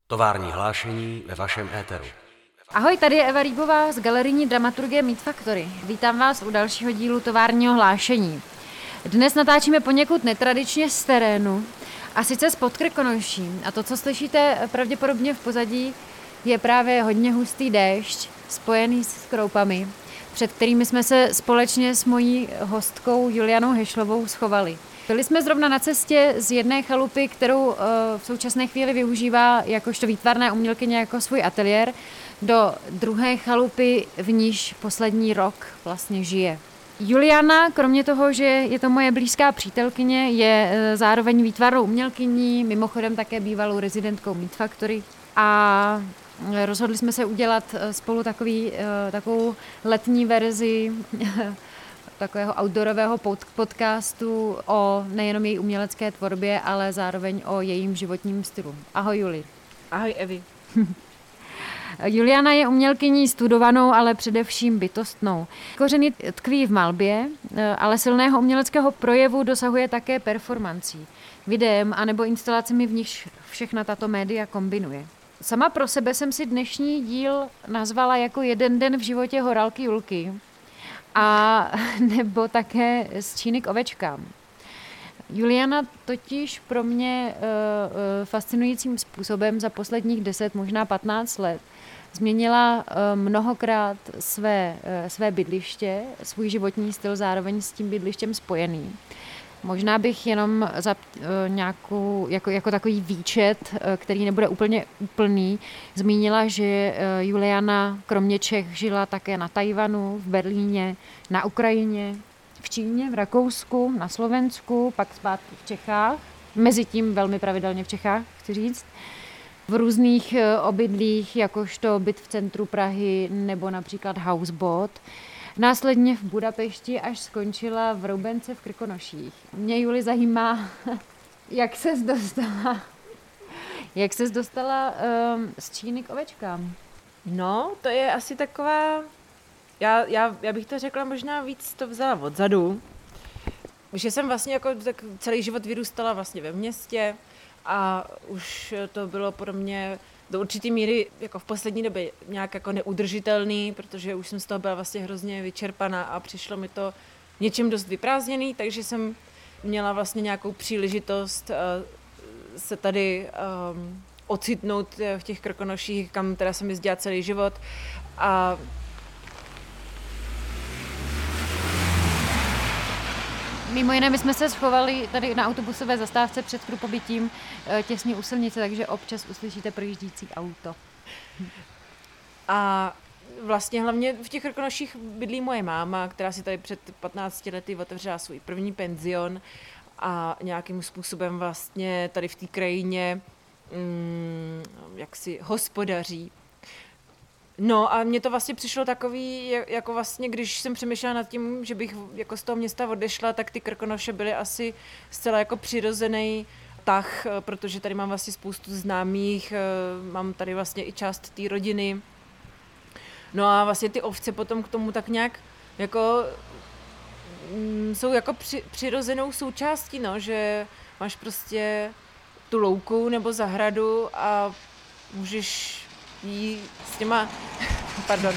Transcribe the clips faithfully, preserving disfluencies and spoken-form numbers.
Tovární hlášení ve vašem éteru. Ahoj, tady je Eva Rýbová z galerijní dramaturgie Meat Factory. Vítám vás u dalšího dílu továrního hlášení. Dnes natáčíme poněkud netradičně z terénu, a sice z Podkrkonoší. A to, co slyšíte pravděpodobně v pozadí, je právě hodně hustý déšť, spojený s kroupami, před kterými jsme se společně s mojí hostkou Julianou Hešlovou schovali. Byli jsme zrovna na cestě z jedné chalupy, kterou v současné chvíli využívá jakožto výtvarná umělkyně jako svůj ateliér, do druhé chalupy, v níž poslední rok vlastně žije. Juliana, kromě toho, že je to moje blízká přítelkyně, je zároveň výtvarnou umělkyní, mimochodem také bývalou rezidentkou Meat Factory, a rozhodli jsme se udělat spolu takový, takovou letní verzi takového outdoorového podcastu o nejenom její umělecké tvorbě, ale zároveň o jejím životním stylu. Ahoj, Juli. Ahoj, Evi. Juliana je umělkyní studovanou, ale především bytostnou. Kořeny tkví v malbě, ale silného uměleckého projevu dosahuje také performancí, videem anebo instalacemi, v nichž všechna tato média kombinuje. Sama pro sebe jsem si dnešní díl nazvala jako jeden den v životě horálky Julky, a nebo také z Číny k ovečkám. Juliana totiž pro mě uh, uh, fascinujícím způsobem za posledních deset, možná patnáct let změnila uh, mnohokrát své, uh, své bydliště, svůj životní styl zároveň s tím bydlištěm spojený. Možná bych jenom za uh, nějakou, jako, jako takový výčet, uh, který nebude úplně úplný, zmínila, že uh, Juliana kromě Čech žila také na Tajvanu, v Berlíně, na Ukrajině, v Číně, v Rakousku, na Slovensku, pak zpátky v Čechách, mezi tím velmi pravidelně v Čechách, chci říct, v různých uh, obydlích, jakožto byt v centru Prahy nebo například houseboat. Následně v Budapešti, až skončila v Roubence v Krkonoších. Mě, Juli, zajímá, jak ses dostala, jak ses dostala um, z Číny k ovečkám. No, to je asi taková, já, já, já bych to řekla, možná víc to vzala odzadu. Že jsem vlastně jako tak celý život vyrůstala vlastně ve městě a už to bylo pro mě do určitý míry jako v poslední době nějak jako neudržitelný, protože už jsem z toho byla vlastně hrozně vyčerpaná a přišlo mi to něčím dost vyprázdněný, takže jsem měla vlastně nějakou příležitost uh, se tady um, ocitnout v těch Krkonoších, kam teda jsem jezdila celý život. A Mimo jiné, my jsme se schovali tady na autobusové zastávce před Krupobytím těsně u silnice, takže občas uslyšíte projíždící auto. A vlastně hlavně v těch Krkonoších bydlí moje máma, která si tady před patnácti lety otevřela svůj první penzion a nějakým způsobem vlastně tady v té krajině mm, jak si hospodaří. No a mně to vlastně přišlo takový, jako vlastně, když jsem přemýšlela nad tím, že bych jako z toho města odešla, tak ty Krkonoše byly asi zcela jako přirozený tah, protože tady mám vlastně spoustu známých, mám tady vlastně i část té rodiny. No a vlastně ty ovce potom k tomu tak nějak jako mm, jsou jako při, přirozenou součástí, no, že máš prostě tu louku nebo zahradu a můžeš jí s těma, pardon.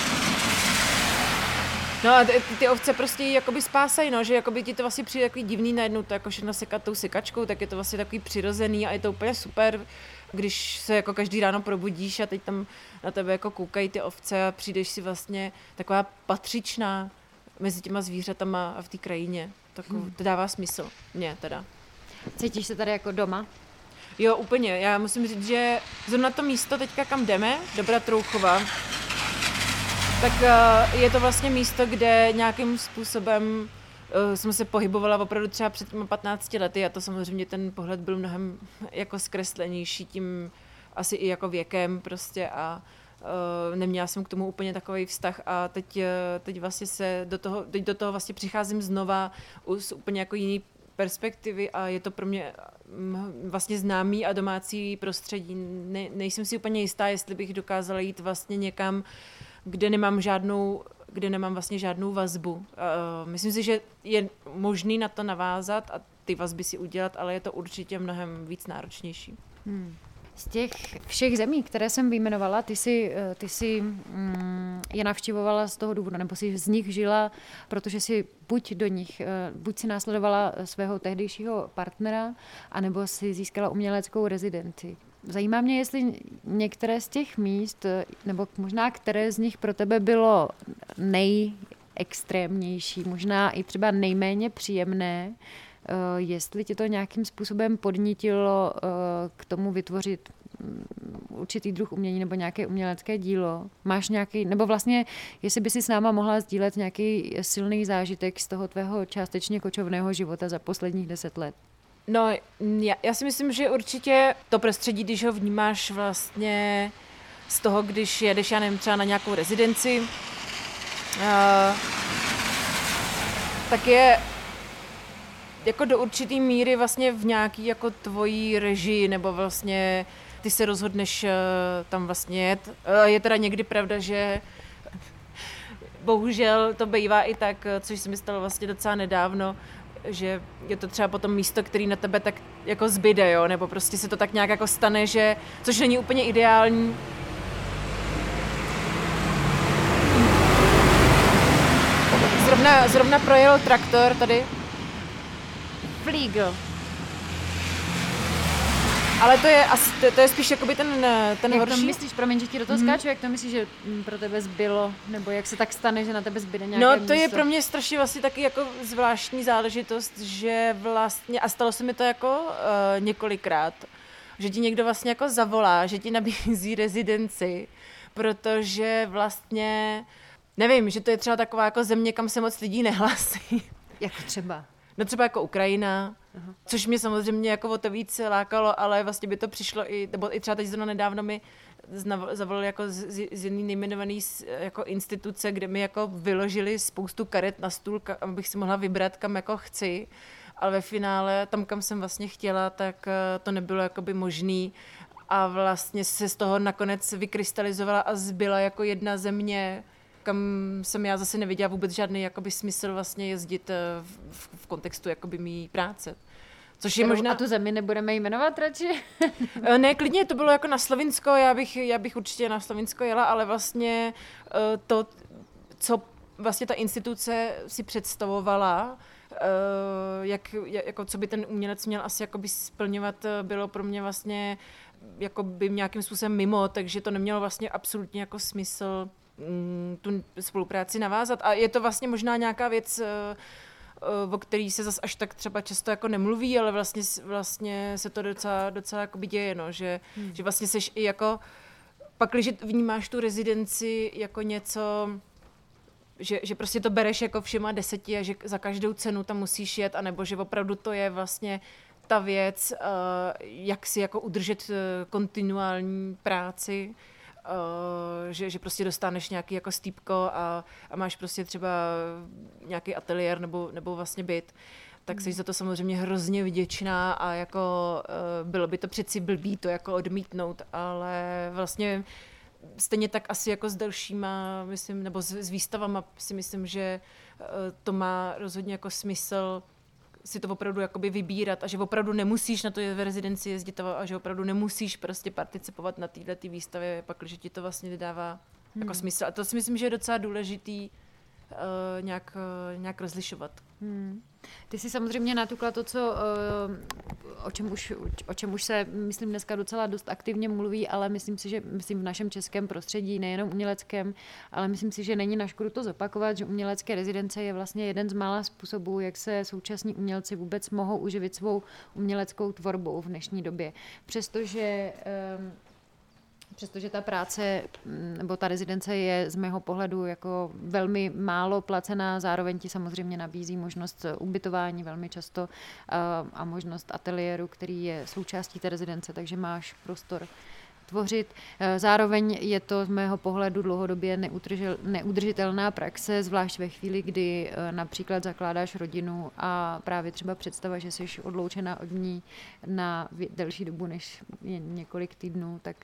No a ty, ty ovce prostě jí jakoby spásají, no, že jakoby ti to vlastně přijde takový divný najednou to jako všechno sekat tou sekačkou, tak je to vlastně takový přirozený a je to úplně super, když se jako každý ráno probudíš a teď tam na tebe jako koukají ty ovce a přijdeš si vlastně taková patřičná mezi těma zvířatama a v té krajině. Tak to dává smysl, mně teda. Cítíš se tady jako doma? Jo, úplně. Já musím říct, že zrovna to místo teďka, kam jdeme, do Bratrouchova, tak je to vlastně místo, kde nějakým způsobem uh, jsem se pohybovala opravdu třeba před těmi patnácti lety a to samozřejmě ten pohled byl mnohem jako zkreslenější tím asi i jako věkem prostě a uh, neměla jsem k tomu úplně takový vztah a teď, uh, teď vlastně se do toho, teď do toho vlastně přicházím znova z úplně jako jiný perspektivy a je to pro mě vlastně známý a domácí prostředí. Ne, nejsem si úplně jistá, jestli bych dokázala jít vlastně někam, kde nemám žádnou, kde nemám vlastně žádnou vazbu. Uh, myslím si, že je možný na to navázat a ty vazby si udělat, ale je to určitě mnohem víc náročnější. Hmm. Z těch všech zemí, které jsem vyjmenovala, ty si, ty si mm, je navštěvovala z toho důvodu, nebo si z nich žila, protože si buď do nich, buď si následovala svého tehdejšího partnera, anebo si získala uměleckou rezidenci. Zajímá mě, jestli některé z těch míst, nebo možná které z nich pro tebe bylo nejextrémnější, možná i třeba nejméně příjemné, jestli ti to nějakým způsobem podnítilo k tomu vytvořit určitý druh umění nebo nějaké umělecké dílo. Máš nějaký, nebo vlastně, jestli by si s náma mohla sdílet nějaký silný zážitek z toho tvého částečně kočovného života za posledních deset let. No, já, já si myslím, že určitě to prostředí, když ho vnímáš vlastně z toho, když jedeš, já nevím, třeba na nějakou rezidenci, uh, tak je jako do určitý míry vlastně v nějaký jako tvojí režii, nebo vlastně ty se rozhodneš uh, tam vlastně jet. Uh, je teda někdy pravda, že bohužel to bývá i tak, což se mi stalo vlastně docela nedávno, že je to třeba potom místo, který na tebe tak jako zbyde, jo? Nebo prostě se to tak nějak jako stane, že, což není úplně ideální. Zrovna, zrovna projel traktor tady. Fliegl. Ale to je, asi, to, to je spíš jakoby ten, ten jak horší. Jak to myslíš, promiň, že ti do toho mm-hmm. skáču, jak to myslíš, že pro tebe zbylo, nebo jak se tak stane, že na tebe zbyde nějaké No to místo? je pro mě strašně vlastně taky jako zvláštní záležitost, že vlastně, a stalo se mi to jako uh, několikrát, že ti někdo vlastně jako zavolá, že ti nabízí rezidenci, protože vlastně, nevím, že to je třeba taková jako země, kam se moc lidí nehlásí. Jako třeba? No třeba jako Ukrajina, Aha. Což mě samozřejmě jako o to víc lákalo, ale vlastně by to přišlo i, nebo i třeba teď zrovna nedávno mi zavolali jako z, z jedné nejmenované jako instituce, kde mi jako vyložili spoustu karet na stůl, abych si mohla vybrat, kam jako chci, ale ve finále tam, kam jsem vlastně chtěla, tak to nebylo jakoby možný a vlastně se z toho nakonec vykrystalizovala a zbyla jako jedna země, kam jsem já zase neviděla vůbec žádný jakoby smysl vlastně jezdit v, v, v kontextu jakoby mý práce. Což je možná... A tu zemi nebudeme jmenovat radši? Ne, klidně, to bylo jako na Slovinsko, já bych, já bych určitě na Slovinsko jela, ale vlastně to, co vlastně ta instituce si představovala, jak, jako co by ten umělec měl asi jakoby splňovat, bylo pro mě vlastně jakoby nějakým způsobem mimo, takže to nemělo vlastně absolutně jako smysl tu spolupráci navázat. A je to vlastně možná nějaká věc, o který se zas až tak třeba často jako nemluví, ale vlastně, vlastně se to docela, docela jakoby děje, no, že, hmm. že vlastně seš i jako, pak, když vnímáš tu rezidenci jako něco, že, že prostě to bereš jako všema deseti a že za každou cenu tam musíš jet, anebo že opravdu to je vlastně ta věc, jak si jako udržet kontinuální práci, Uh, že, že prostě dostaneš nějaký jako stýpko a, a máš prostě třeba nějaký ateliér nebo, nebo vlastně byt, tak mm. jsi za to samozřejmě hrozně vděčná a jako uh, bylo by to přeci blbý to jako odmítnout, ale vlastně stejně tak asi jako s dalšíma, myslím, nebo s, s výstavama si myslím, že uh, to má rozhodně jako smysl si to opravdu jakoby vybírat a že opravdu nemusíš na to v rezidenci jezdit a že opravdu nemusíš prostě participovat na této výstavě, pak, když ti to vlastně dává hmm. jako smysl. A to si myslím, že je docela důležitý uh, nějak, uh, nějak rozlišovat. Hmm. Ty jsi samozřejmě natukla to, co, o čem, už, o čem už se, myslím, dneska docela dost aktivně mluví, ale myslím si, že myslím v našem českém prostředí, nejenom uměleckém, ale myslím si, že není na škodu to zopakovat, že umělecké rezidence je vlastně jeden z mála způsobů, jak se současní umělci vůbec mohou uživit svou uměleckou tvorbou v dnešní době. Přestože um, Přestože ta práce nebo ta rezidence je z mého pohledu jako velmi málo placená, zároveň ti samozřejmě nabízí možnost ubytování velmi často a, a možnost ateliéru, který je součástí té rezidence, takže máš prostor tvořit. Zároveň je to z mého pohledu dlouhodobě neudržitelná praxe, zvlášť ve chvíli, kdy například zakládáš rodinu a právě třeba představa, že jsi odloučena od ní na delší dobu než několik týdnů, tak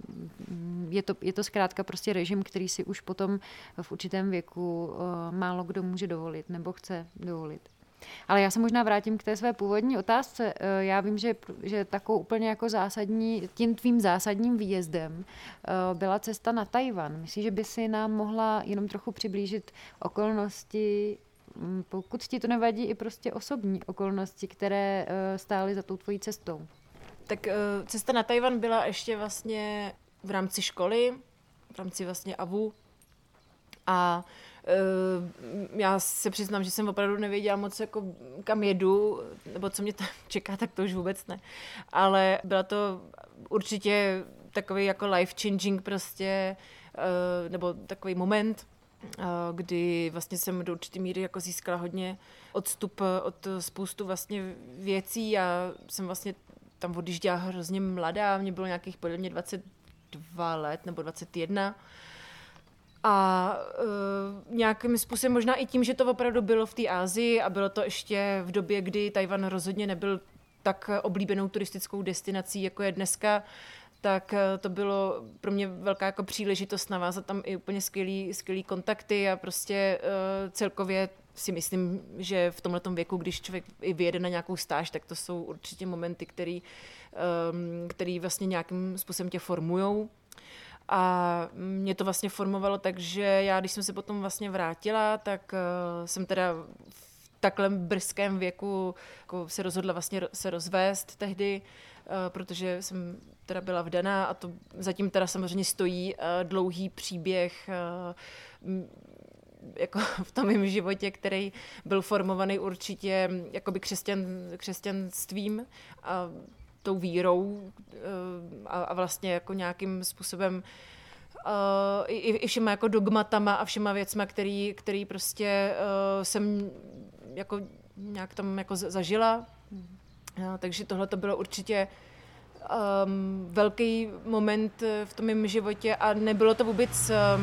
je to, je to zkrátka prostě režim, který si už potom v určitém věku málo kdo může dovolit nebo chce dovolit. Ale já se možná vrátím k té své původní otázce. Já vím, že, že takovou úplně jako zásadní, tím tvým zásadním výjezdem byla cesta na Tchaj-wan. Myslíš, že by si nám mohla jenom trochu přiblížit okolnosti, pokud ti to nevadí, i prostě osobní okolnosti, které stály za tou tvojí cestou? Tak cesta na Tchaj-wan byla ještě vlastně v rámci školy, v rámci vlastně A V U. A uh, já se přiznám, že jsem opravdu nevěděla moc, jako, kam jedu, nebo co mě tam čeká, tak to už vůbec ne. Ale byla to určitě takový jako life-changing prostě, uh, nebo takový moment, uh, kdy vlastně jsem do určitý míry jako získala hodně odstup od spoustu vlastně věcí. Já jsem vlastně tam odjížděla hrozně mladá, mě bylo nějakých podle mě dvacet dva let nebo dvacet jedna. A uh, nějakým způsobem možná i tím, že to opravdu bylo v té Asii a bylo to ještě v době, kdy Tchaj-wan rozhodně nebyl tak oblíbenou turistickou destinací, jako je dneska, tak to bylo pro mě velká jako příležitost navázat tam i úplně skvělý, skvělý kontakty a prostě uh, celkově si myslím, že v tomhletom věku, když člověk i vyjede na nějakou stáž, tak to jsou určitě momenty, který, um, který vlastně nějakým způsobem tě formujou. A mě to vlastně formovalo tak, že já, když jsem se potom vlastně vrátila, tak uh, jsem teda v takhle brzkém věku jako se rozhodla vlastně se rozvést tehdy, uh, protože jsem teda byla vdaná a to zatím teda samozřejmě stojí uh, dlouhý příběh uh, jako v tom mém životě, který byl formovaný určitě jakoby křesťan, křesťanstvím a tou vírou a, a vlastně jako nějakým způsobem uh, i, i všema jako dogmatama a všema věcma, který, který prostě uh, jsem jako nějak tam jako zažila. Uh, takže tohle to bylo určitě um, velký moment v tom mém životě a nebylo to vůbec uh,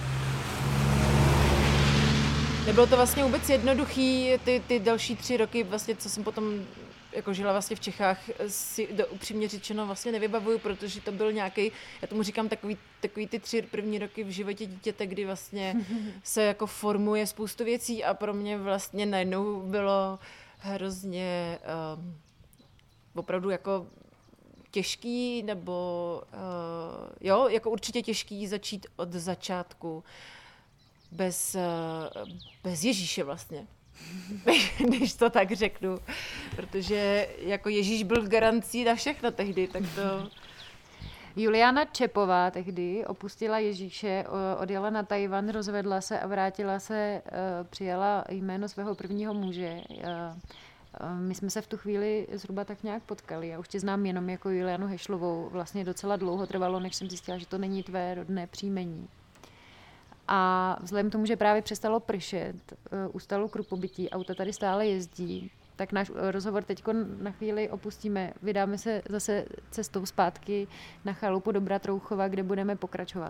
nebylo to vlastně vůbec jednoduchý ty, ty další tři roky, vlastně, co jsem potom jako žila vlastně v Čechách, si do, upřímně řečeno vlastně nevybavuju, protože to byl nějaký, já tomu říkám takový, takový ty tři první roky v životě dítěte, kdy vlastně se jako formuje spoustu věcí a pro mě vlastně najednou bylo hrozně um, opravdu jako těžký, nebo uh, jo, jako určitě těžký začít od začátku bez, uh, bez Ježíše vlastně. Když to tak řeknu, protože jako Ježíš byl garancí na všechno tehdy, tak to... Juliana Čepová tehdy opustila Ježíše, odjela na Tchaj-wan, rozvedla se a vrátila se, přijala jméno svého prvního muže. My jsme se v tu chvíli zhruba tak nějak potkali. Já už tě znám jenom jako Julianu Hešlovou. Vlastně docela dlouho trvalo, než jsem zjistila, že to není tvé rodné příjmení. A vzhledem k tomu, že právě přestalo pršet, ustalo krupobytí, auta tady stále jezdí, tak náš rozhovor teď na chvíli opustíme. Vydáme se zase cestou zpátky na chalupu do Bratrouchova, kde budeme pokračovat.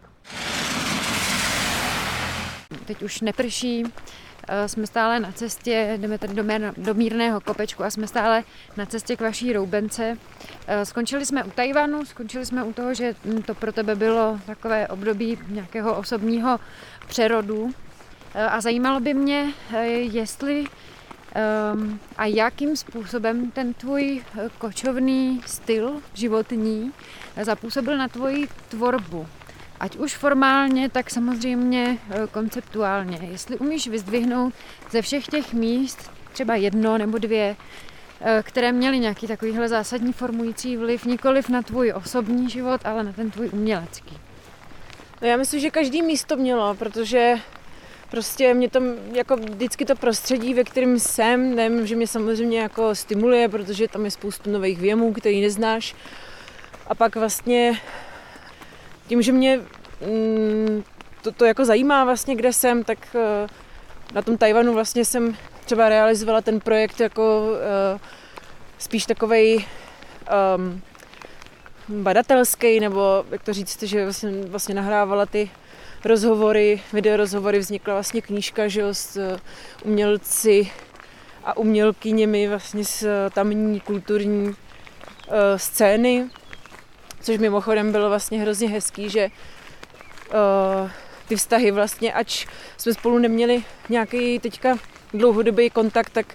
Teď už neprší, jsme stále na cestě, jdeme tady do, mér, do mírného kopečku a jsme stále na cestě k vaší roubence. Skončili jsme u Tchaj-wanu, skončili jsme u toho, že to pro tebe bylo takové období nějakého osobního přerodu. A zajímalo by mě, jestli um, a jakým způsobem ten tvůj kočovný styl životní zapůsobil na tvoji tvorbu. Ať už formálně, tak samozřejmě konceptuálně. Jestli umíš vyzdvihnout ze všech těch míst, třeba jedno nebo dvě, které měly nějaký takovýhle zásadní formující vliv, nikoliv na tvůj osobní život, ale na ten tvůj umělecký. No já myslím, že každý místo mělo, protože prostě mě to jako vždycky to prostředí, ve kterém jsem, nevím, že mě samozřejmě jako stimuluje, protože tam je spoustu nových věmů, který neznáš. A pak vlastně tím, že mě mm, to, to jako zajímá vlastně, kde jsem, tak uh, na tom Tchaj-wanu vlastně jsem třeba realizovala ten projekt jako uh, spíš takovej um, badatelský, nebo jak to říct, že vlastně, vlastně nahrávala ty rozhovory, videorozhovory, vznikla vlastně knížka, že jo, s uh, umělci a umělkyněmi vlastně z tamní kulturní uh, scény. Což mimochodem bylo vlastně hrozně hezký, že uh, ty vztahy vlastně, ač jsme spolu neměli nějaký teďka dlouhodobý kontakt, tak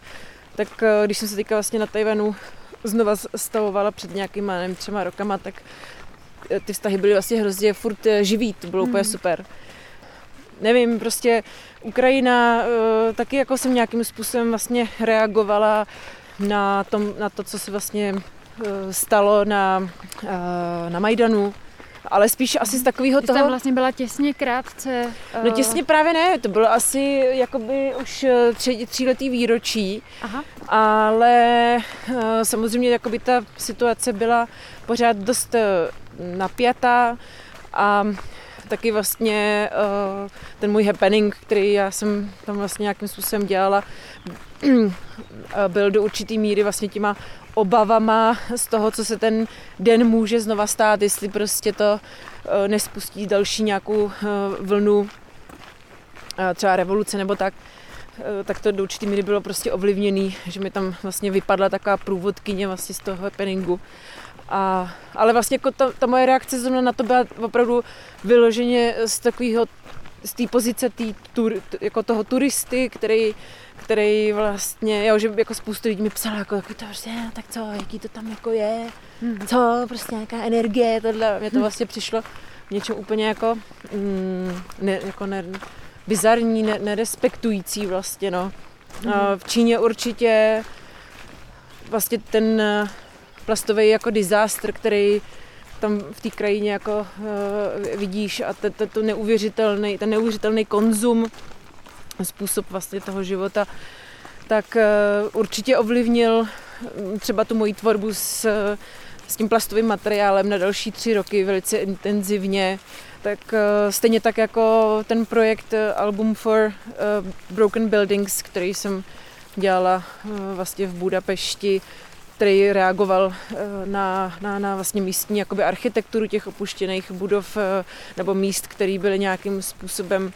tak když jsem se teďka vlastně na Tajvanu znova stavovala před nějakýma, nevím, třema rokama, tak ty vztahy byly vlastně hrozně furt živý, to bylo mm. úplně super. Nevím, prostě Ukrajina, taky jako jsem nějakým způsobem vlastně reagovala na, tom, na to, co se vlastně stalo na, na Majdanu, ale spíš asi z takového toho... Ty tam vlastně byla těsně krátce... Uh... No těsně právě ne, to bylo asi jakoby už tři, tříletý výročí, Aha. ale uh, samozřejmě jakoby ta situace byla pořád dost napjatá a taky vlastně uh, ten můj happening, který já jsem tam vlastně nějakým způsobem dělala, byl do určitý míry vlastně těma obavama z toho, co se ten den může znova stát, jestli prostě to uh, nespustí další nějakou uh, vlnu, uh, třeba revoluce nebo tak, uh, tak to do určitý míry bylo prostě ovlivněný, že mi tam vlastně vypadla taková průvodkyně vlastně z toho happeningu. A, ale vlastně jako ta, ta moje reakce zrovna na to byla opravdu vyloženě z takového, z té pozice tý, tur, jako toho turisty, který, který vlastně, jo, že jako spoustu lidí mi psala, jako, jako to prostě, no, tak co, jaký to tam jako je, co, prostě nějaká energie, tohle, mě to vlastně přišlo něčem úplně jako, mm, ne, jako ne, bizarní, ne, nerespektující vlastně, no. A v Číně určitě vlastně ten plastový jako disaster, který tam v té krajině jako uh, vidíš a te, te, to neuvěřitelný, ten neuvěřitelný konzum, způsob vlastně toho života, tak uh, určitě ovlivnil třeba tu moji tvorbu s, s tím plastovým materiálem na další tři roky velice intenzivně. Tak uh, stejně tak jako ten projekt uh, Album for uh, Broken Buildings, který jsem dělala uh, vlastně v Budapešti, který reagoval na, na, na vlastně místní jakoby architekturu těch opuštěných budov nebo míst, které byly nějakým způsobem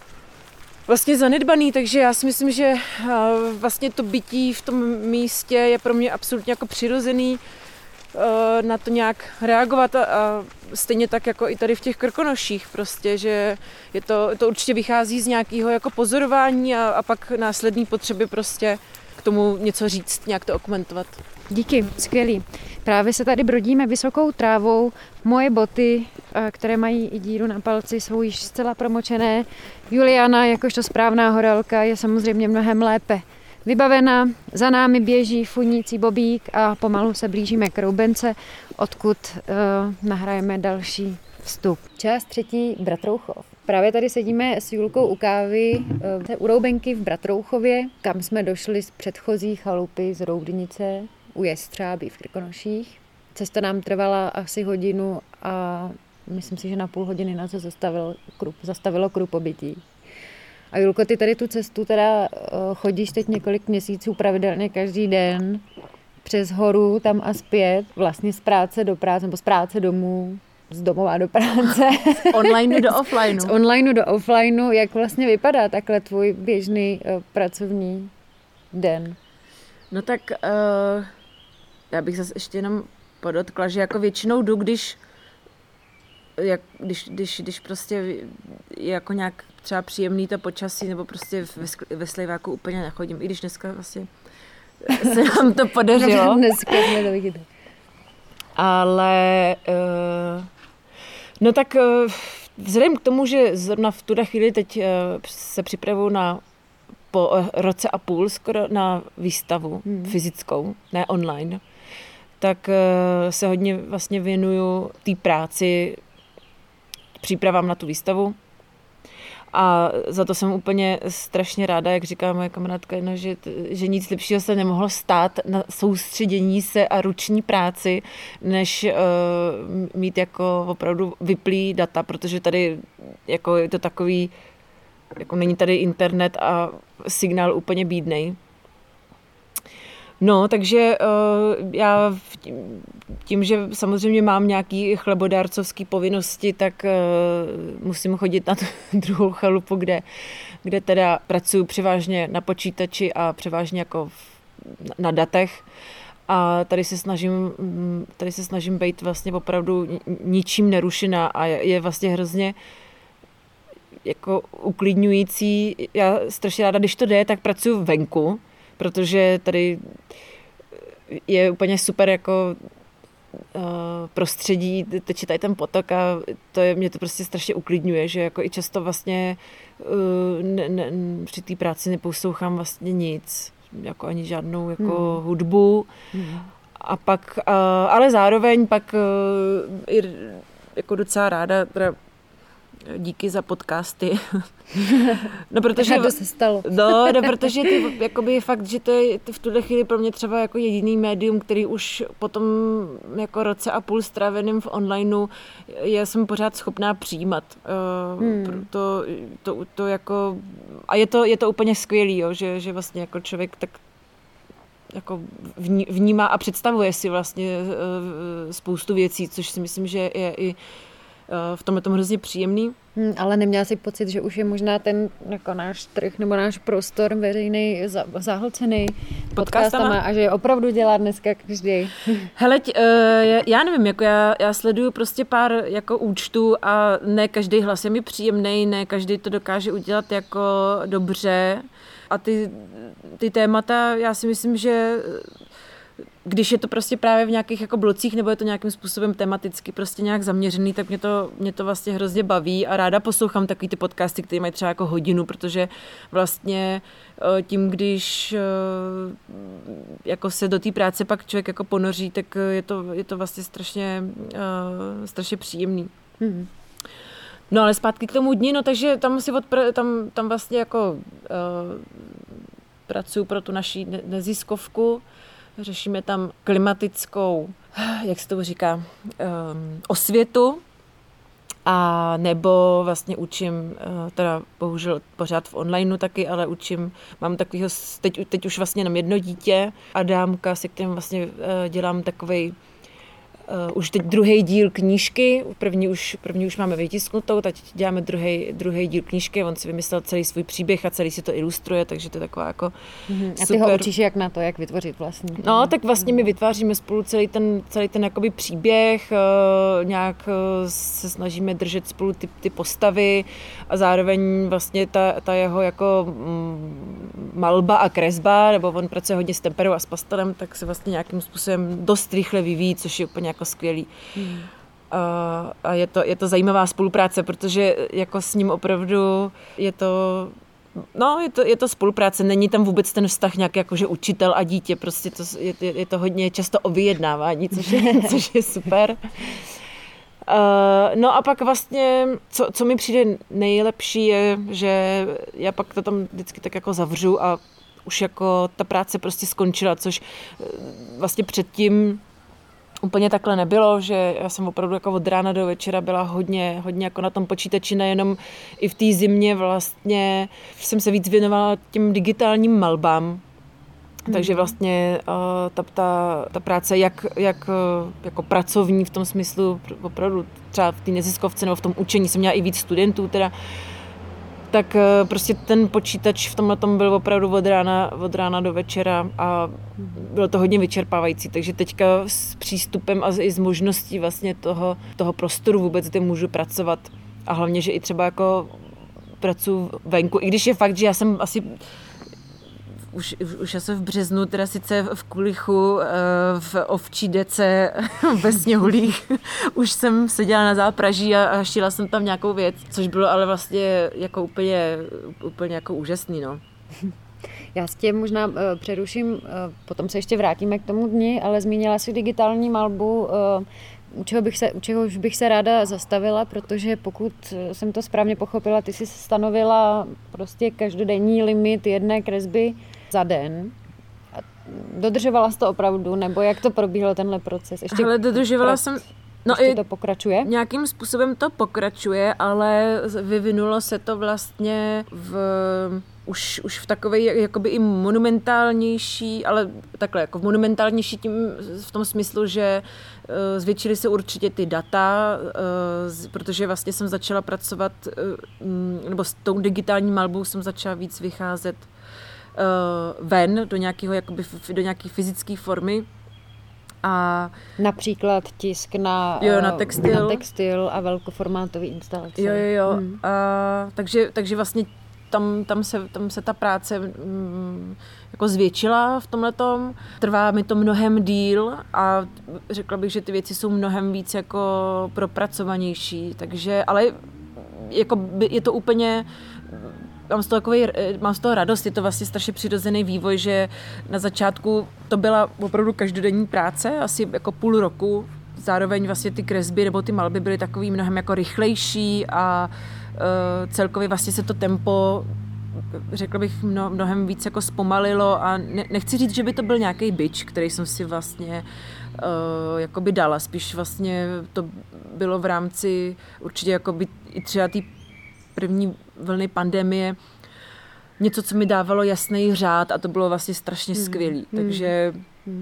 vlastně zanedbaný, takže já si myslím, že vlastně to bytí v tom místě je pro mě absolutně jako přirozený na to nějak reagovat a, a stejně tak jako i tady v těch Krkonoších prostě, že je to, to určitě vychází z nějakého jako pozorování a, a pak následné potřeby prostě k tomu něco říct, nějak to okomentovat. Díky, skvělý. Právě se tady brodíme vysokou trávou. Moje boty, které mají i díru na palci, jsou již zcela promočené. Juliana, jakožto správná horelka, je samozřejmě mnohem lépe vybavena. Za námi běží funící bobík a pomalu se blížíme k Roubence, odkud uh, nahrajeme další vstup. Část třetí, Bratrouchov. Právě tady sedíme s Julkou u kávy uh, u Roubenky v Bratrouchově, kam jsme došli z předchozí chalupy z Roudnice u Jestřábí v Krkonoších. Cesta nám trvala asi hodinu a myslím si, že na půl hodiny nás zastavilo, krup, zastavilo krupobytí. A Julko, ty tady tu cestu teda chodíš teď několik měsíců pravidelně každý den přes horu tam a zpět, vlastně z práce do práce, nebo z práce domů, z domova do práce. Z online do offlineu. Z online do offlineu. Jak vlastně vypadá takhle tvůj běžný uh, pracovní den? No tak uh, já bych zase ještě jenom podotkla, že jako většinou jdu, když jak, když, když, když prostě je jako nějak třeba příjemný to počasí, nebo prostě ve, ve Slejváku úplně nechodím, i když dneska vlastně se nám to podařilo. Dneska jsme to viděli. Ale uh, no tak uh, vzhledem k tomu, že zrovna v tuhle chvíli teď uh, se připravuju na po roce a půl skoro na výstavu hmm. fyzickou, ne online, tak uh, se hodně vlastně věnuju té práci, přípravám na tu výstavu. A za to jsem úplně strašně ráda, jak říká moje kamarádka, no, že, že nic lepšího se nemohlo stát na soustředění se a ruční práci, než uh, mít jako opravdu vyplý data, protože tady jako je to takový, jako není tady internet a signál úplně bídnej. No, takže uh, já tím, tím, že samozřejmě mám nějaký chlebodárcovský povinnosti, tak uh, musím chodit na tu druhou chalupu, kde, kde teda pracuji převážně na počítači a převážně jako v, na, na datech. A tady se snažím, tady se snažím být vlastně opravdu ničím nerušená a je, je vlastně hrozně jako uklidňující. Já strašně ráda, když to jde, tak pracuji venku, protože tady je úplně super jako uh, prostředí, teče tady ten potok a to je, mě to prostě strašně uklidňuje, že jako i často vlastně uh, ne, ne, při té práci neposlouchám vlastně nic, jako ani žádnou jako hmm. hudbu. Hmm. A pak, uh, ale zároveň pak uh, i jako docela ráda, teda díky za podcasty. No, protože, to se stalo. No, no protože ty, jakoby fakt, že to je v tuhle chvíli pro mě třeba jako jediný médium, který už potom jako roce a půl stráveným v onlineu já jsem pořád schopná přijímat. Uh, hmm. to, to, to jako, a je to, je to úplně skvělý, jo, že, že vlastně jako člověk tak jako vnímá a představuje si vlastně uh, spoustu věcí, což si myslím, že je i v tom je to hrozně příjemný. Hmm, ale neměla jsi pocit, že už je možná ten jako náš trh nebo náš prostor veřejný zahlcený podcastama a že je opravdu dělá dneska každý? Hele, uh, já nevím, jako já, já sleduju prostě pár jako účtů a ne každý hlas je mi příjemný, ne každý to dokáže udělat jako dobře a ty, ty témata, já si myslím, že když je to prostě právě v nějakých jako blocích nebo je to nějakým způsobem tematicky prostě nějak zaměřený, tak mě to, mě to vlastně hrozně baví a ráda poslouchám takový ty podcasty, které mají třeba jako hodinu, protože vlastně tím, když jako se do té práce pak člověk jako ponoří, tak je to, je to vlastně strašně, strašně příjemný. Mm. No ale zpátky k tomu dni, no takže tam si odpr- tam, tam vlastně jako uh, pracuji pro tu naši neziskovku. Řešíme tam klimatickou, jak se to říká, um, osvětu a nebo vlastně učím, uh, teda bohužel pořád v onlineu taky, ale učím, mám takovýho, teď, teď už vlastně jenom jedno dítě, Adámka, se kterým vlastně uh, dělám takovej Uh, už teď druhý díl knížky, první už, první už máme vytisknutou, teď děláme druhý díl knížky, on si vymyslel celý svůj příběh a celý si to ilustruje, takže to je taková jako mm-hmm. A ty super. ho učíš jak na to, jak vytvořit vlastně? No, tak vlastně my vytváříme spolu celý ten, celý ten jakoby příběh, uh, nějak uh, se snažíme držet spolu ty, ty postavy a zároveň vlastně ta, ta jeho jako mm, malba a kresba, nebo on pracuje hodně s temperou a s pastelem, tak se vlastně nějakým způsobem dost rychle vyvíjí, což je úplně jako skvělý. Hmm. A, a je to, je to zajímavá spolupráce, protože jako s ním opravdu je to, no, je to, je to spolupráce, není tam vůbec ten vztah nějak jakože učitel a dítě, prostě to, je, je to hodně často o vyjednávání, což je, což je super. Uh, no a pak vlastně, co, co mi přijde nejlepší je, že já pak to tam vždycky tak jako zavřu a už jako ta práce prostě skončila, což vlastně předtím úplně takhle nebylo, že já jsem opravdu jako od rána do večera byla hodně, hodně jako na tom počítači, nejenom i v té zimě vlastně jsem se víc věnovala těm digitálním malbám. Hmm. Takže vlastně uh, ta, ta, ta práce jak, jak uh, jako pracovní v tom smyslu, opravdu třeba v té neziskovce nebo v tom učení jsem měla i víc studentů teda, tak uh, prostě ten počítač v tomhle tom byl opravdu od rána, od rána do večera a bylo to hodně vyčerpávající, takže teďka s přístupem a i s možností vlastně toho, toho prostoru vůbec, kde můžu pracovat a hlavně, že i třeba jako pracuji venku, i když je fakt, že já jsem asi Už, už asi v březnu, teda sice v Kulichu, v ovčí dece, ve sněhulích, už jsem seděla na zápraží a, a šila jsem tam nějakou věc, což bylo ale vlastně jako úplně, úplně jako úžasný, no. Já s tě možná uh, přeruším, uh, potom se ještě vrátíme k tomu dni, ale zmínila si digitální malbu, uh, u čeho bych se, u čehož bych se ráda zastavila, protože pokud jsem to správně pochopila, ty jsi stanovila prostě každodenní limit jedné kresby za den. A dodržovala jsi to opravdu, nebo jak to probíhalo tenhle proces? Ještě Ale dodržovala proc, jsem... No ještě i to pokračuje? Nějakým způsobem to pokračuje, ale vyvinulo se to vlastně v... Už, už v takové jakoby i monumentálnější, ale takhle, jako v monumentálnější tím v tom smyslu, že uh, zvětšily se určitě ty data, uh, protože vlastně jsem začala pracovat, uh, nebo s tou digitální malbou jsem začala víc vycházet uh, ven do nějakého, jakoby, do nějaké fyzické formy. A například tisk na, jo, na, textil. na textil a velkoformátový instalace. Jo, jo, jo. Hmm. A, takže, takže vlastně tam, tam, se, tam se ta práce mm, jako zvětšila v tomhletom. Trvá mi to mnohem díl a řekla bych, že ty věci jsou mnohem víc jako propracovanější, takže, ale jako je to úplně, mám z toho takový, mám z toho radost, je to vlastně strašně přirozený vývoj, že na začátku to byla opravdu každodenní práce, asi jako půl roku, zároveň vlastně ty kresby nebo ty malby byly takový mnohem jako rychlejší a uh, celkově vlastně se to tempo, řekla bych, mno, mnohem víc jako zpomalilo a ne, nechci říct, že by to byl nějaký bič, který jsem si vlastně uh, jakoby dala, spíš vlastně to bylo v rámci určitě jakoby i třeba té první vlny pandemie něco, co mi dávalo jasný řád a to bylo vlastně strašně hmm. skvělý, takže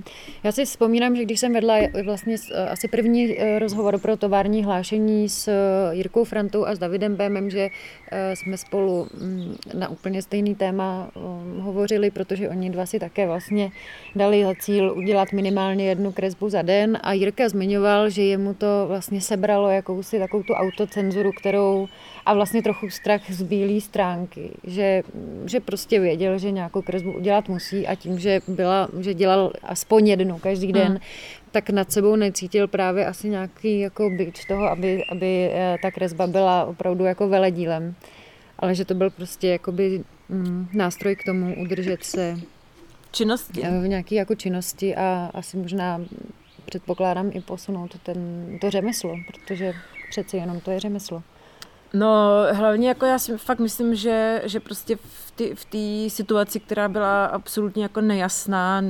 Já si vzpomínám, že když jsem vedla vlastně asi první rozhovor pro tovární hlášení s Jirkou Frantou a s Davidem Bémem, že jsme spolu na úplně stejný téma hovořili, protože oni dva si také vlastně dali za cíl udělat minimálně jednu kresbu za den a Jirka zmiňoval, že jemu to vlastně sebralo jakousi takovou tu autocenzuru, kterou a vlastně trochu strach z bílé stránky, že, že prostě věděl, že nějakou kresbu udělat musí a tím, že, byla, že dělal aspoň jednu každý den, hmm. tak nad sebou necítil právě asi nějaký jako bič toho, aby, aby ta kresba byla opravdu jako veledílem. Ale že to byl prostě jakoby mm, nástroj k tomu udržet se činnosti. v nějaké jako činnosti a asi možná předpokládám i posunout ten, to řemeslo, protože přeci jenom to je řemeslo. No, hlavně jako já si fakt myslím, že, že prostě v té v té situaci, která byla absolutně jako nejasná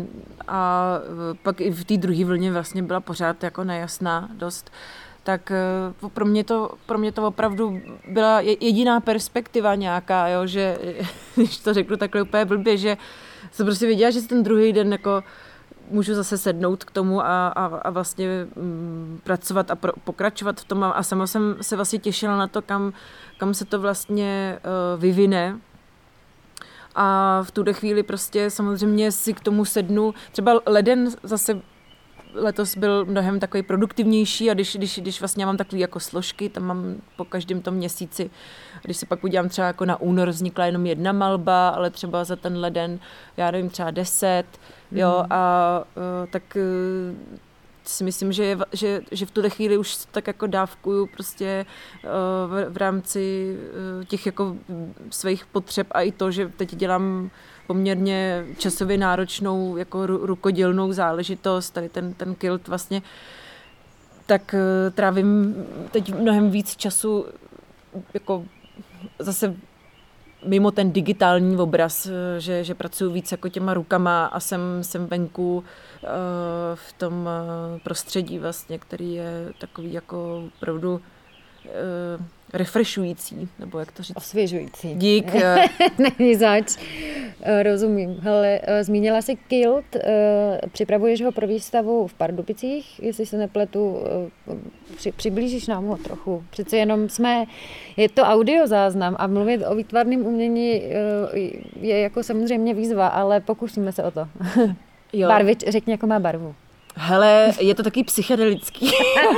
a pak i v té druhé vlně vlastně byla pořád jako nejasná dost, tak pro mě to, pro mě to opravdu byla jediná perspektiva nějaká, jo, že když to řeknu takhle úplně blbě, že jsem prostě věděla, že si ten druhý den jako můžu zase sednout k tomu a, a, a vlastně mm, pracovat a pro, pokračovat v tom a, a sama jsem se vlastně těšila na to, kam, kam se to vlastně uh, vyvine. A v tuhle chvíli prostě samozřejmě si k tomu sednu. Třeba leden zase letos byl mnohem takový produktivnější a když, když, když vlastně mám takový jako složky, tam mám po každém tom měsíci, když se pak podívám třeba jako na únor vznikla jenom jedna malba, ale třeba za ten leden, já nevím, třeba deset, mm. jo, a uh, tak uh, si myslím, že, je, že, že v tuhle chvíli už tak jako dávkuju prostě uh, v, v rámci uh, těch jako svých potřeb a i to, že teď dělám poměrně časově náročnou jako rukodělnou záležitost, tady ten, ten kilt vlastně, tak uh, trávím teď mnohem víc času jako zase mimo ten digitální obraz, že, že pracuji víc jako těma rukama a jsem, jsem venku uh, v tom uh, prostředí vlastně, který je takový jako opravdu uh, refreshující, nebo jak to říct? Osvěžující. Dík. Není zač. Rozumím. Hele, zmínila jsi kilt, připravuješ ho pro výstavu v Pardubicích, jestli se nepletu, při, přiblížíš nám ho trochu. Přece jenom jsme, je to audiozáznam a mluvit o výtvarném umění je jako samozřejmě výzva, ale pokusíme se o to. Jo. Barvy, řekni, jako má barvu. Hele, je to taky psychedelický.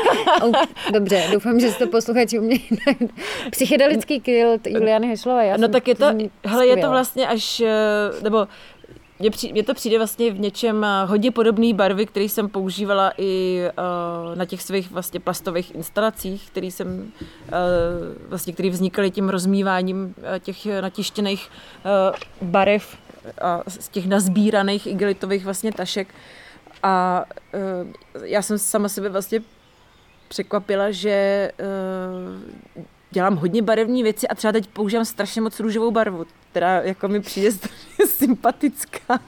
Dobře, doufám, že si to posluchači umějí. Psychedelický kilt Juliany Heslové. No tak je to, hele, je to vlastně až, nebo mně, při, mně to přijde vlastně v něčem hodně podobné barvy, které jsem používala i uh, na těch svých vlastně plastových instalacích, které jsem uh, vlastně, které vznikaly tím rozmíváním uh, těch natištěných uh, barev a z těch nazbíraných igelitových vlastně tašek. A uh, já jsem sama sebe vlastně překvapila, že uh, dělám hodně barevné věci a třeba teď používám strašně moc růžovou barvu, která jako mi přijde strašně sympatická.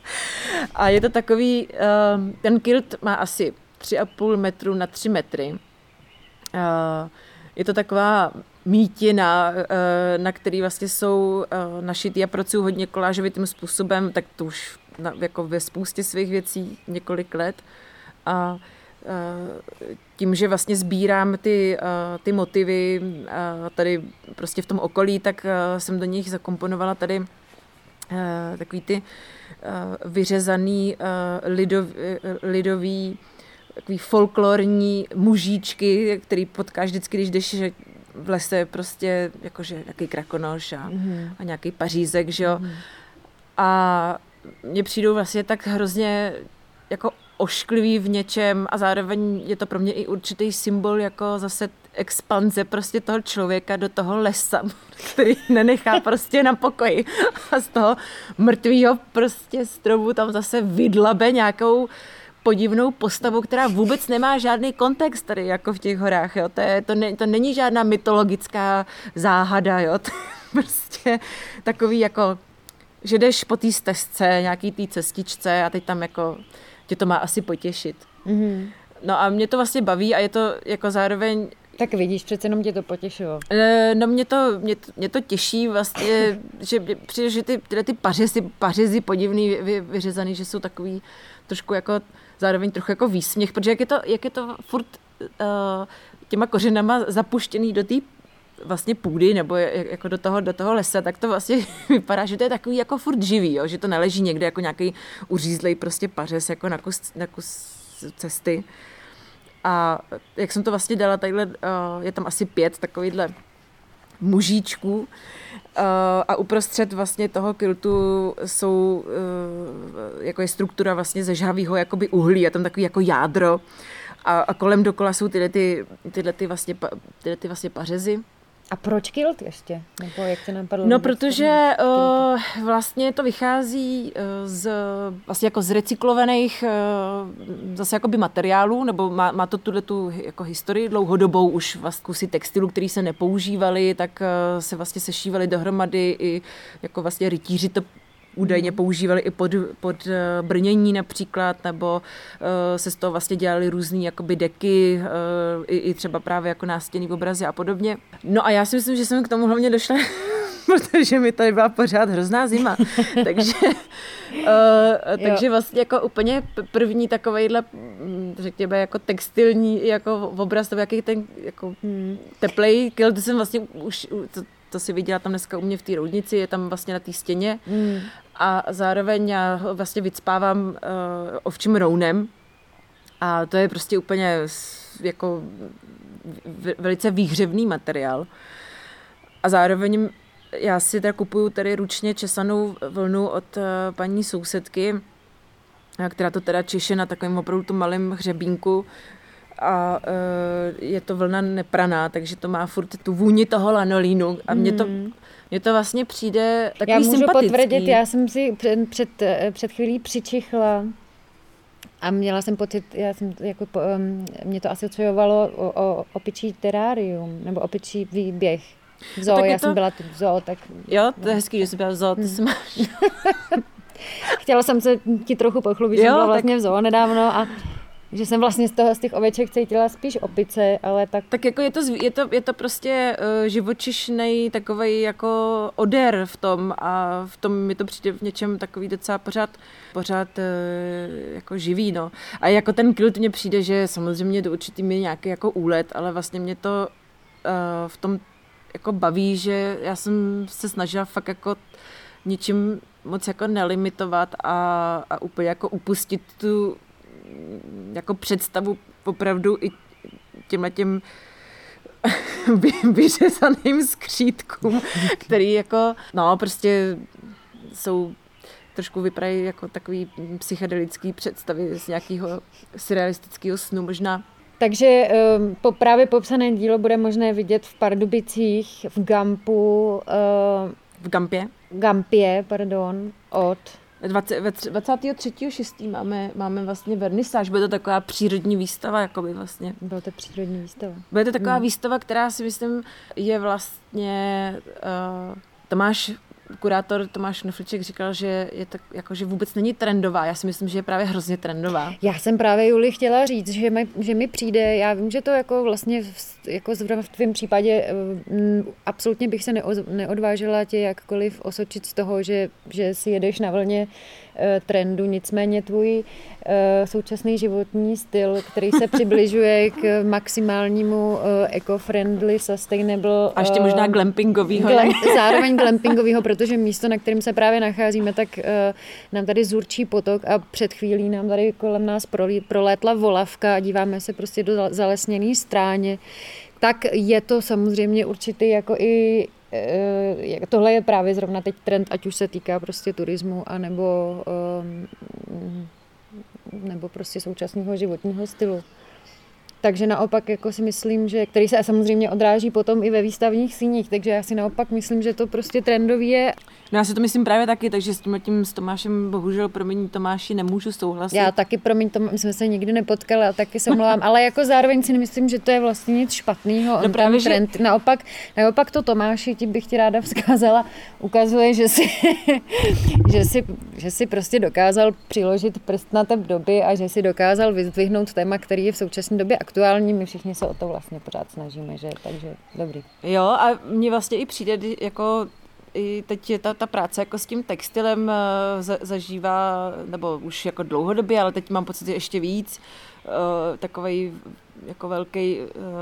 A je to takový, uh, ten kilt má asi tři a půl metru na tři metry. Uh, je to taková mítina, uh, na který vlastně jsou uh, našitý. Já pracuji hodně kolážovitým způsobem, tak to už na, jako ve spoustě svých věcí několik let. A tím, že vlastně sbírám ty, ty motivy tady prostě v tom okolí, tak jsem do nich zakomponovala tady takový ty vyřezaný lidov, lidový takový folklorní mužíčky, který potkáš vždycky, když jdeš v lese prostě jakože nějaký krakonoš a, mm. a nějaký pařízek, že jo. Mm. A mně přijdou vlastně tak hrozně jako ošklivý v něčem a zároveň je to pro mě i určitý symbol jako zase expanze prostě toho člověka do toho lesa, který nenechá prostě na pokoji. A z toho mrtvýho prostě stromu tam zase vydlabe nějakou podivnou postavu, která vůbec nemá žádný kontext tady jako v těch horách. Jo. To, je, to, ne, to není žádná mytologická záhada. Jo. To je prostě takový jako, že jdeš po té stezce, nějaký té cestičce a teď tam jako tě to má asi potěšit. Mm-hmm. No a mě to vlastně baví a je to jako zároveň... Tak vidíš, přece jenom tě to potěšilo. No mě to, mě, mě to těší vlastně, že přijde, že ty, tyhle ty pařezy, pařezy podivný, vy, vyřezaný, že jsou takový trošku jako zároveň trochu jako výsměch, protože jak je to, jak je to furt uh, těma kořenama zapuštěný do té vlastně půdy nebo jako do toho, do toho lesa, tak to vlastně vypadá, že to je takový jako furt živý, jo? Že to neleží někde jako nějaký uřízlej prostě pařez jako na kus, na kus cesty. A jak jsem to vlastně dala, tadyhle, uh, je tam asi pět takovýhle mužíčků uh, a uprostřed vlastně toho kiltu jsou, uh, jako je struktura vlastně ze žhavýho jakoby uhlí a tam takový jako jádro a, a kolem dokola jsou tyhle, ty, tyhle, ty vlastně, tyhle ty vlastně pařezy. A proč kilt ještě? Nebo jak to napadlo? No, protože uh, vlastně to vychází uh, z, vlastně jako z recyklovaných uh, zase jakoby materiálů, nebo má, má to tuhle tu jako historii dlouhodobou, už vlastně kusy textilu, který se nepoužívaly, tak uh, se vlastně sešívaly dohromady i jako vlastně rytíři to údajně používali i pod, pod brnění například, nebo uh, se z toho vlastně dělali různý jakoby deky, uh, i, i třeba právě jako nástěnný obrazy a podobně. No a já si myslím, že jsem k tomu hlavně došla, protože mi tady byla pořád hrozná zima. takže uh, takže vlastně jako úplně první takovejhle, řekněme, jako textilní jako obraz, to jaký ten jako hmm. teplej kilt, to jsem vlastně už... To, to si viděla tam dneska u mě v té roudnici, je tam vlastně na té stěně mm. a zároveň já ho vlastně vycpávám uh, ovčím rounem a to je prostě úplně jako v, velice výhřevný materiál a zároveň já si teda kupuju tady ručně česanou vlnu od uh, paní sousedky, která to teda češe na takovém opravdu tu malém hřebínku a uh, je to vlna nepraná, takže to má furt tu vůni toho lanolínu a mně to, mně to vlastně přijde takový sympatický. Já můžu sympatický. potvrdit, já jsem si před, před, před chvílí přičichla a měla jsem pocit, já jsem jako, um, mě to asociovalo o, o opičí terárium, nebo opičí výběh. V zoo, no, já to... jsem byla tu v zoo, tak... Jo, to je hezký, že jsi byla v zoo, ty jsi máš... Chtěla jsem se ti trochu pochlubit, že jsem byla vlastně tak... v zoo nedávno a že jsem vlastně z toho, z těch oveček cítila spíš opice, ale tak... Tak jako je to, je to, je to prostě uh, živočišnej takovej jako odér v tom a v tom mi to přijde v něčem takový docela pořád, pořád uh, jako živý, no. A jako ten kilt mně přijde, že samozřejmě do určitý mi nějaký jako úlet, ale vlastně mě to uh, v tom jako baví, že já jsem se snažila fakt jako ničím moc jako nelimitovat a, a úplně jako upustit tu jako představu opravdu i těmhletěm vyřezaným skřítkům, který jako, no prostě jsou, trošku vypadají jako takový psychedelický představy z nějakého surrealistického snu možná. Takže um, po právě popsané dílo bude možné vidět v Pardubicích, v Gampu. Uh, v Gampě? Gampě, pardon, od... dvacátého třetího šestého máme, máme vlastně vernisáž, bude to taková přírodní výstava, jakoby vlastně. Byla to přírodní výstava. Bude to taková hmm. výstava, která si myslím je vlastně, uh, Tomáš, kurátor Tomáš Nofliček říkal, že je tak, jako, že vůbec není trendová. Já si myslím, že je právě hrozně trendová. Já jsem právě Juli chtěla říct, že mi, že mi přijde, já vím, že to jako vlastně jako v tvém případě m, absolutně bych se neoz, neodvážila tě jakkoliv osočit z toho, že, že si jedeš na vlně e, trendu, nicméně tvůj e, současný životní styl, který se přibližuje k maximálnímu e, eco-friendly, sustainable. A ještě možná glampingovýho. Glam, zároveň glampingovýho, protože místo, na kterém se právě nacházíme, tak uh, nám tady zurčí potok a před chvílí nám tady kolem nás prolí, prolétla volavka a díváme se prostě do zalesněné stráně. tak je to samozřejmě určitý jako i e, tohle je právě zrovna teď trend, ať už se týká prostě turismu, anebo um, nebo prostě současného životního stylu. Takže naopak jako si myslím, že, který se samozřejmě odráží potom i ve výstavních síních, takže já si naopak myslím, že to prostě trendový je. No já si to myslím právě taky, takže s tím, tím s Tomášem, bohužel, promiň Tomáši, nemůžu souhlasit. Já taky, promiň, to, my jsme se nikdy nepotkali a taky se mluvám, ale jako zároveň si nemyslím, že to je vlastně nic špatného. No právě, trend. Že... Naopak, naopak to Tomáši, ti bych ti ráda vzkázala, ukazuje, že si, že si, že si prostě dokázal přiložit prst na té doby a že si dokázal vyzdvihnout téma, který je v současné době aktuální. My všichni se o to vlastně pořád snažíme, že? Takže dobrý. Jo, a mně vlastně i přijde, jako i teď je ta, ta práce jako s tím textilem za, zažívá, nebo už jako dlouhodobě, ale teď mám pocit, že ještě víc, uh, takovej jako velký,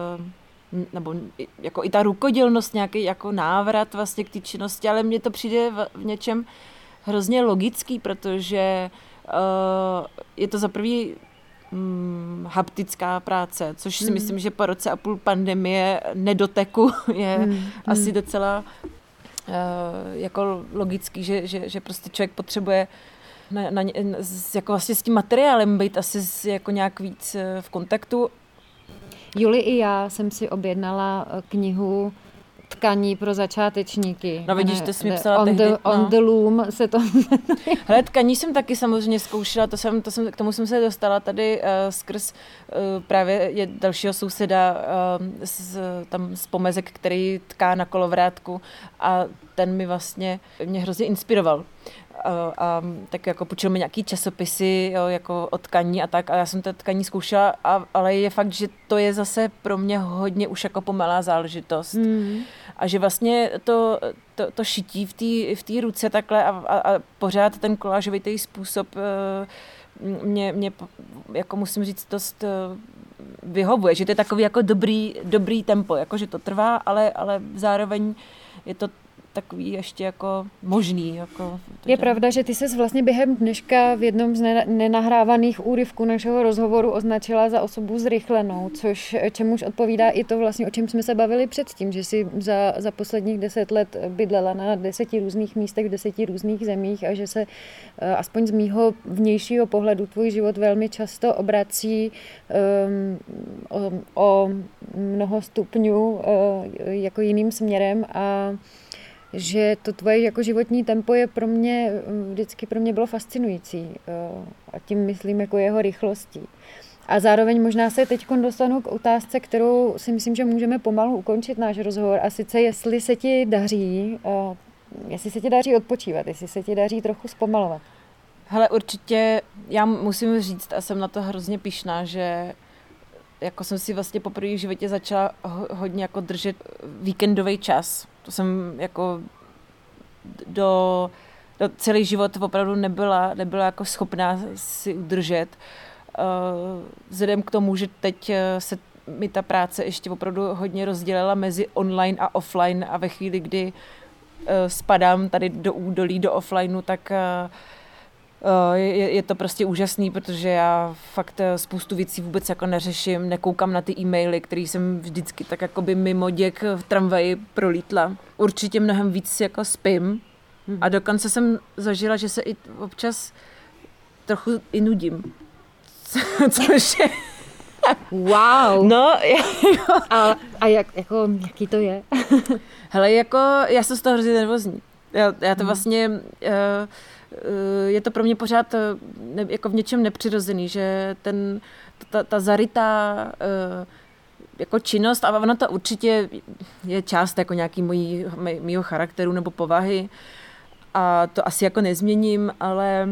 uh, nebo jako i ta rukodělnost, nějaký jako návrat vlastně k té činnosti, ale mně to přijde v, v něčem hrozně logický, protože uh, je to za prvý Hmm, haptická práce, což si hmm. myslím, že po roce a půl pandemie nedoteku je hmm. asi docela uh, jako logický, že, že, že prostě člověk potřebuje na, na, jako vlastně s tím materiálem být asi jako nějak víc v kontaktu. Juli, i já jsem si objednala knihu Tkaní pro začátečníky. No vidíš, to jsi mi psala on tehdy. The, on no. the Loom se to... Hele, tkaní jsem taky samozřejmě zkoušela, to jsem, to jsem, k tomu jsem se dostala tady uh, skrz uh, právě je dalšího souseda uh, z, tam z Pomezek, který tká na kolovrátku a ten mi vlastně, mě hrozně inspiroval. A, a tak jako půjčil mi nějaký časopisy, jo, jako o tkaní a tak a já jsem to tkaní zkoušela, a, ale je fakt, že to je zase pro mě hodně už jako pomalá záležitost. Mm. A že vlastně to, to, to šití v té v té ruce takhle a, a, a pořád ten kolážovitý způsob mě, mě jako musím říct, dost vyhovuje, že to je takový jako dobrý, dobrý tempo, jako že to trvá, ale, ale zároveň je to takový ještě jako možný. Jako je pravda, že ty ses vlastně během dneška v jednom z nenahrávaných úryvků našeho rozhovoru označila za osobu zrychlenou, což čemuž odpovídá i to vlastně, o čem jsme se bavili předtím, že jsi za, za posledních deset let bydlela na deseti různých místech v deseti různých zemích a že se aspoň z mýho vnějšího pohledu tvůj život velmi často obrací um, o, o mnoho stupňů uh, jako jiným směrem a že to tvoje jako životní tempo je pro mě, vždycky pro mě bylo fascinující a tím myslím jako jeho rychlostí. A zároveň možná se teď dostanu k otázce, kterou si myslím, že můžeme pomalu ukončit náš rozhovor a sice jestli se ti daří, jestli se ti daří odpočívat, jestli se ti daří trochu zpomalovat. Hele, určitě já musím říct a jsem na to hrozně pyšná, že jako jsem si vlastně poprvé v životě začala hodně jako držet víkendový čas. To jsem jako do, do celý život opravdu nebyla, nebyla jako schopná si udržet. Vzhledem k tomu, že teď se mi ta práce ještě opravdu hodně rozdělila mezi online a offline a ve chvíli, kdy spadám tady do údolí, do offlineu, tak Je, je to prostě úžasný, protože já fakt spoustu věcí vůbec jako neřeším, nekoukám na ty e-maily, který jsem vždycky tak jakoby mimo děk v tramvaji prolítla. Určitě mnohem víc jako spím a dokonce jsem zažila, že se i občas trochu i nudím. Což je... Wow! No, jako... A, a jak, jako, jaký to je? Hele, jako já jsem z toho hrozně nervózní. Já, já to vlastně... Uh, je to pro mě pořád ne, jako v něčem nepřirozený, že ten, ta, ta zarytá jako činnost, a ono to určitě je část jako nějaký mojí, mýho charakteru nebo povahy a to asi jako nezměním, ale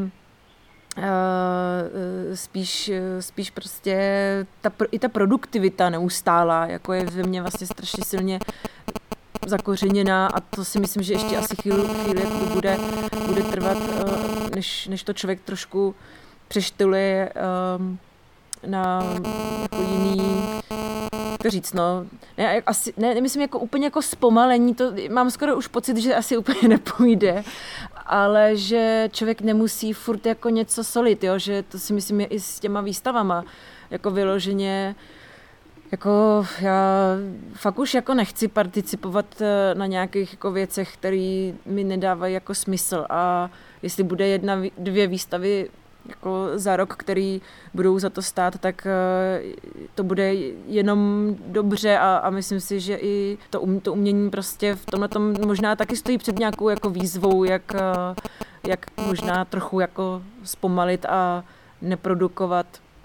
spíš, spíš prostě ta, i ta produktivita neustálá, jako je ve mně vlastně strašně silně zakořeněná a to si myslím, že ještě asi chvíli, chvíli jako bude, bude trvat, než, než to člověk trošku přeštyluje um, na jako jiný, jak to říct, no, ne, asi, ne, nemyslím jako úplně jako zpomalení, to mám skoro už pocit, že asi úplně nepůjde, ale že člověk nemusí furt jako něco solit, jo, že to si myslím je i s těma výstavama, jako vyloženě Jako já fakt už jako nechci participovat na nějakých jako věcech, které mi nedávají jako smysl, a jestli bude jedna, dvě výstavy jako za rok, který budou za to stát, tak to bude jenom dobře, a, a myslím si, že i to, um, to umění prostě v tomhle tom možná taky stojí před nějakou jako výzvou, jak, jak možná trochu jako zpomalit a neprodukovat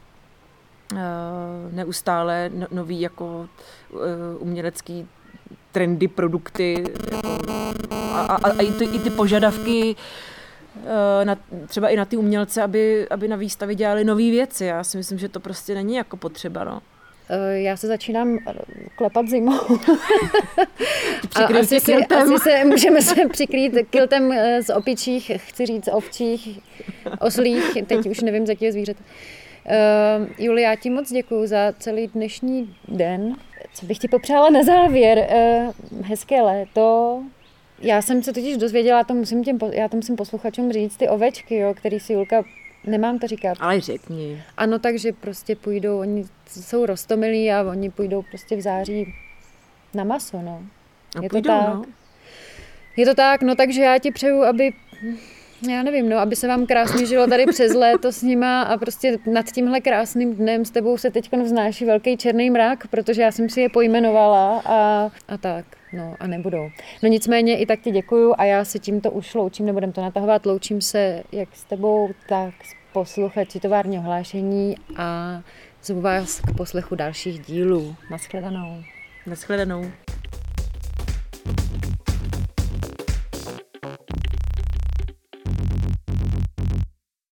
neustále no, nový jako umělecký trendy, produkty jako, a, a, a i, ty, i ty požadavky na, třeba i na ty umělce, aby, aby na výstavě dělali nové věci. Já si myslím, že to prostě není jako potřeba, no. Já se začínám klepat zimou. A asi, si, asi se můžeme se přikrýt kiltem z opičích, chci říct ovčích, oslích, teď už nevím, z jakého zvířete. Uh, Juli, já ti moc děkuju za celý dnešní den. Co bych ti popřála na závěr? Uh, hezké léto. Já jsem se totiž dozvěděla, to musím těm, já to musím posluchačům říct, ty ovečky, jo, který si Julka, nemám to říkat. Ale řekni. Ano, takže prostě půjdou, oni jsou roztomilí a oni půjdou prostě v září na maso, no. A je půjdou, to tak. No. Je to tak, no takže já ti přeju, aby... Já nevím, no, aby se vám krásně žilo tady přes léto s nima a prostě nad tímhle krásným dnem s tebou se teď vznáší velký černý mrak, protože já jsem si je pojmenovala a, a tak, no a nebudou. No nicméně i tak ti děkuju a já se tímto už loučím, nebudem to natahovat, loučím se jak s tebou, tak s posluchači továrního hlášení a zvu vás k poslechu dalších dílů. Naschledanou. Naschledanou.